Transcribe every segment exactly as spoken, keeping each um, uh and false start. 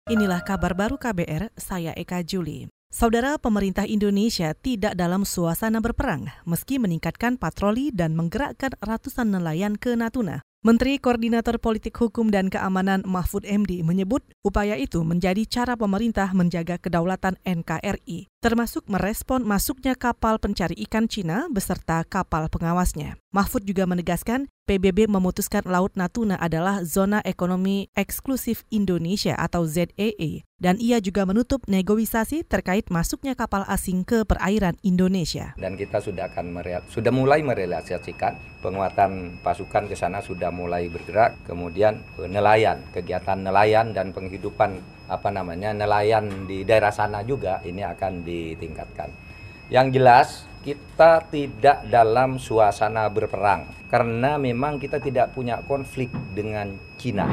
Inilah kabar baru K B R, saya Eka Juli. Saudara, pemerintah Indonesia tidak dalam suasana berperang, meski meningkatkan patroli dan menggerakkan ratusan nelayan ke Natuna. Menteri Koordinator Politik Hukum dan Keamanan Mahfud M D menyebut upaya itu menjadi cara pemerintah menjaga kedaulatan N K R I, termasuk merespon masuknya kapal pencari ikan Cina beserta kapal pengawasnya. Mahfud juga menegaskan P B B memutuskan Laut Natuna adalah zona ekonomi eksklusif Indonesia atau Z E E, dan ia juga menutup negosiasi terkait masuknya kapal asing ke perairan Indonesia. Dan kita sudah akan mereal, sudah mulai merealisasikan penguatan pasukan ke sana, sudah mulai bergerak. Kemudian nelayan, kegiatan nelayan dan penghidupan apa namanya nelayan di daerah sana juga ini akan ditingkatkan. Yang jelas kita tidak dalam suasana berperang karena memang kita tidak punya konflik dengan Cina.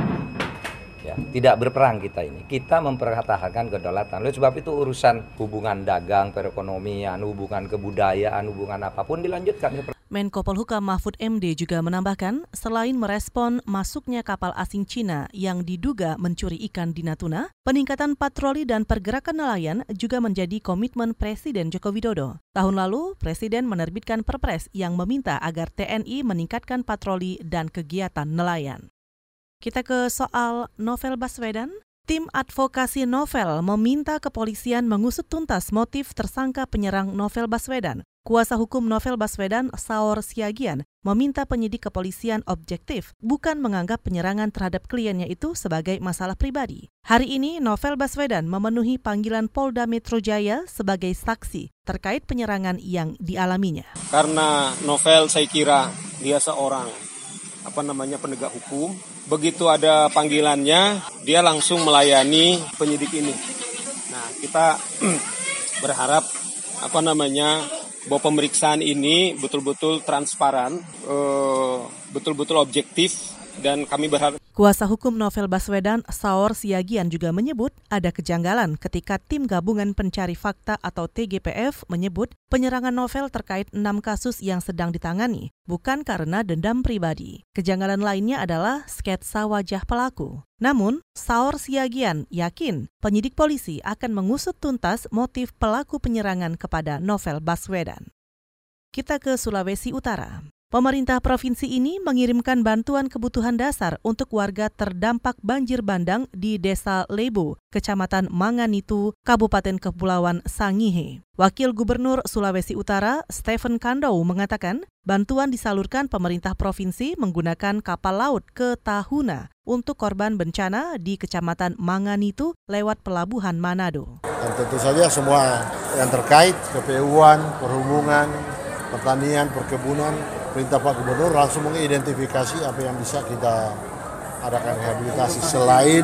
Ya, tidak berperang kita ini. Kita mempertahankan kedaulatan. Oleh sebab itu urusan hubungan dagang, perekonomian, hubungan kebudayaan, hubungan apapun dilanjutkan. Menko Polhukam Mahfud M D juga menambahkan, selain merespon masuknya kapal asing Cina yang diduga mencuri ikan di Natuna, peningkatan patroli dan pergerakan nelayan juga menjadi komitmen Presiden Joko Widodo. Tahun lalu, Presiden menerbitkan Perpres yang meminta agar T N I meningkatkan patroli dan kegiatan nelayan. Kita ke soal Novel Baswedan. Tim advokasi Novel meminta kepolisian mengusut tuntas motif tersangka penyerang Novel Baswedan. Kuasa hukum Novel Baswedan, Saur Siagian, meminta penyidik kepolisian objektif, bukan menganggap penyerangan terhadap kliennya itu sebagai masalah pribadi. Hari ini, Novel Baswedan memenuhi panggilan Polda Metro Jaya sebagai saksi terkait penyerangan yang dialaminya. Karena Novel saya kira dia seorang apa namanya penegak hukum. Begitu ada panggilannya, dia langsung melayani penyidik ini. Nah, kita berharap apa namanya bahwa pemeriksaan ini betul-betul transparan, eh, betul-betul objektif, dan kami berharap. Kuasa hukum Novel Baswedan, Saur Siagian, juga menyebut ada kejanggalan ketika Tim Gabungan Pencari Fakta atau T G P F menyebut penyerangan Novel terkait enam kasus yang sedang ditangani, bukan karena dendam pribadi. Kejanggalan lainnya adalah sketsa wajah pelaku. Namun, Saur Siagian yakin penyidik polisi akan mengusut tuntas motif pelaku penyerangan kepada Novel Baswedan. Kita ke Sulawesi Utara. Pemerintah provinsi ini mengirimkan bantuan kebutuhan dasar untuk warga terdampak banjir bandang di Desa Lebo, Kecamatan Manganitu, Kabupaten Kepulauan Sangihe. Wakil Gubernur Sulawesi Utara, Stephen Kandau, mengatakan bantuan disalurkan pemerintah provinsi menggunakan kapal laut ke Tahuna untuk korban bencana di Kecamatan Manganitu lewat Pelabuhan Manado. Dan tentu saja semua yang terkait, K P U-an, perhubungan, pertanian, perkebunan, perintah Pak Gubernur langsung mengidentifikasi apa yang bisa kita adakan rehabilitasi selain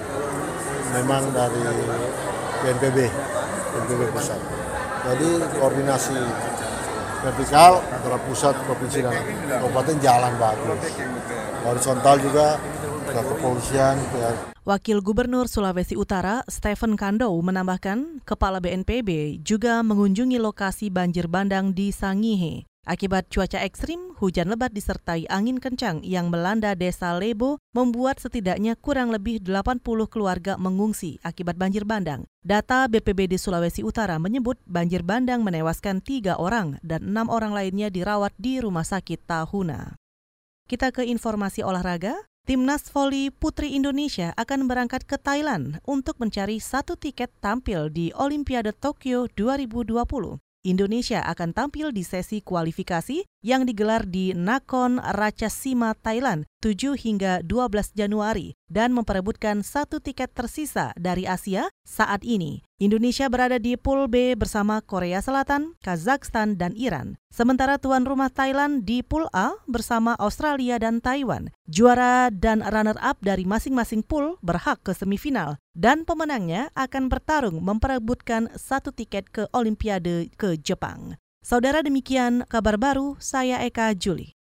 memang dari P N P B, P N P B pusat. Jadi koordinasi vertikal antara pusat, provinsi dan kabupaten jalan bagus. Horizontal juga ke kepolisian. Ke... Wakil Gubernur Sulawesi Utara, Stephen Kandau, menambahkan Kepala B N P B juga mengunjungi lokasi banjir bandang di Sangihe. Akibat cuaca ekstrim, hujan lebat disertai angin kencang yang melanda Desa Lebo membuat setidaknya kurang lebih delapan puluh keluarga mengungsi akibat banjir bandang. Data B P B D Sulawesi Utara menyebut banjir bandang menewaskan tiga orang dan enam orang lainnya dirawat di Rumah Sakit Tahuna. Kita ke informasi olahraga. Timnas voli putri Indonesia akan berangkat ke Thailand untuk mencari satu tiket tampil di Olimpiade Tokyo dua ribu dua puluh. Indonesia akan tampil di sesi kualifikasi yang digelar di Nakhon Ratchasima, Thailand, tujuh hingga dua belas Januari dan memperebutkan satu tiket tersisa dari Asia saat ini. Indonesia berada di Pool B bersama Korea Selatan, Kazakhstan, dan Iran. Sementara tuan rumah Thailand di Pool A bersama Australia dan Taiwan. Juara dan runner-up dari masing-masing pool berhak ke semifinal dan pemenangnya akan bertarung memperebutkan satu tiket ke Olimpiade ke Jepang. Saudara, demikian kabar baru, saya Eka Juli.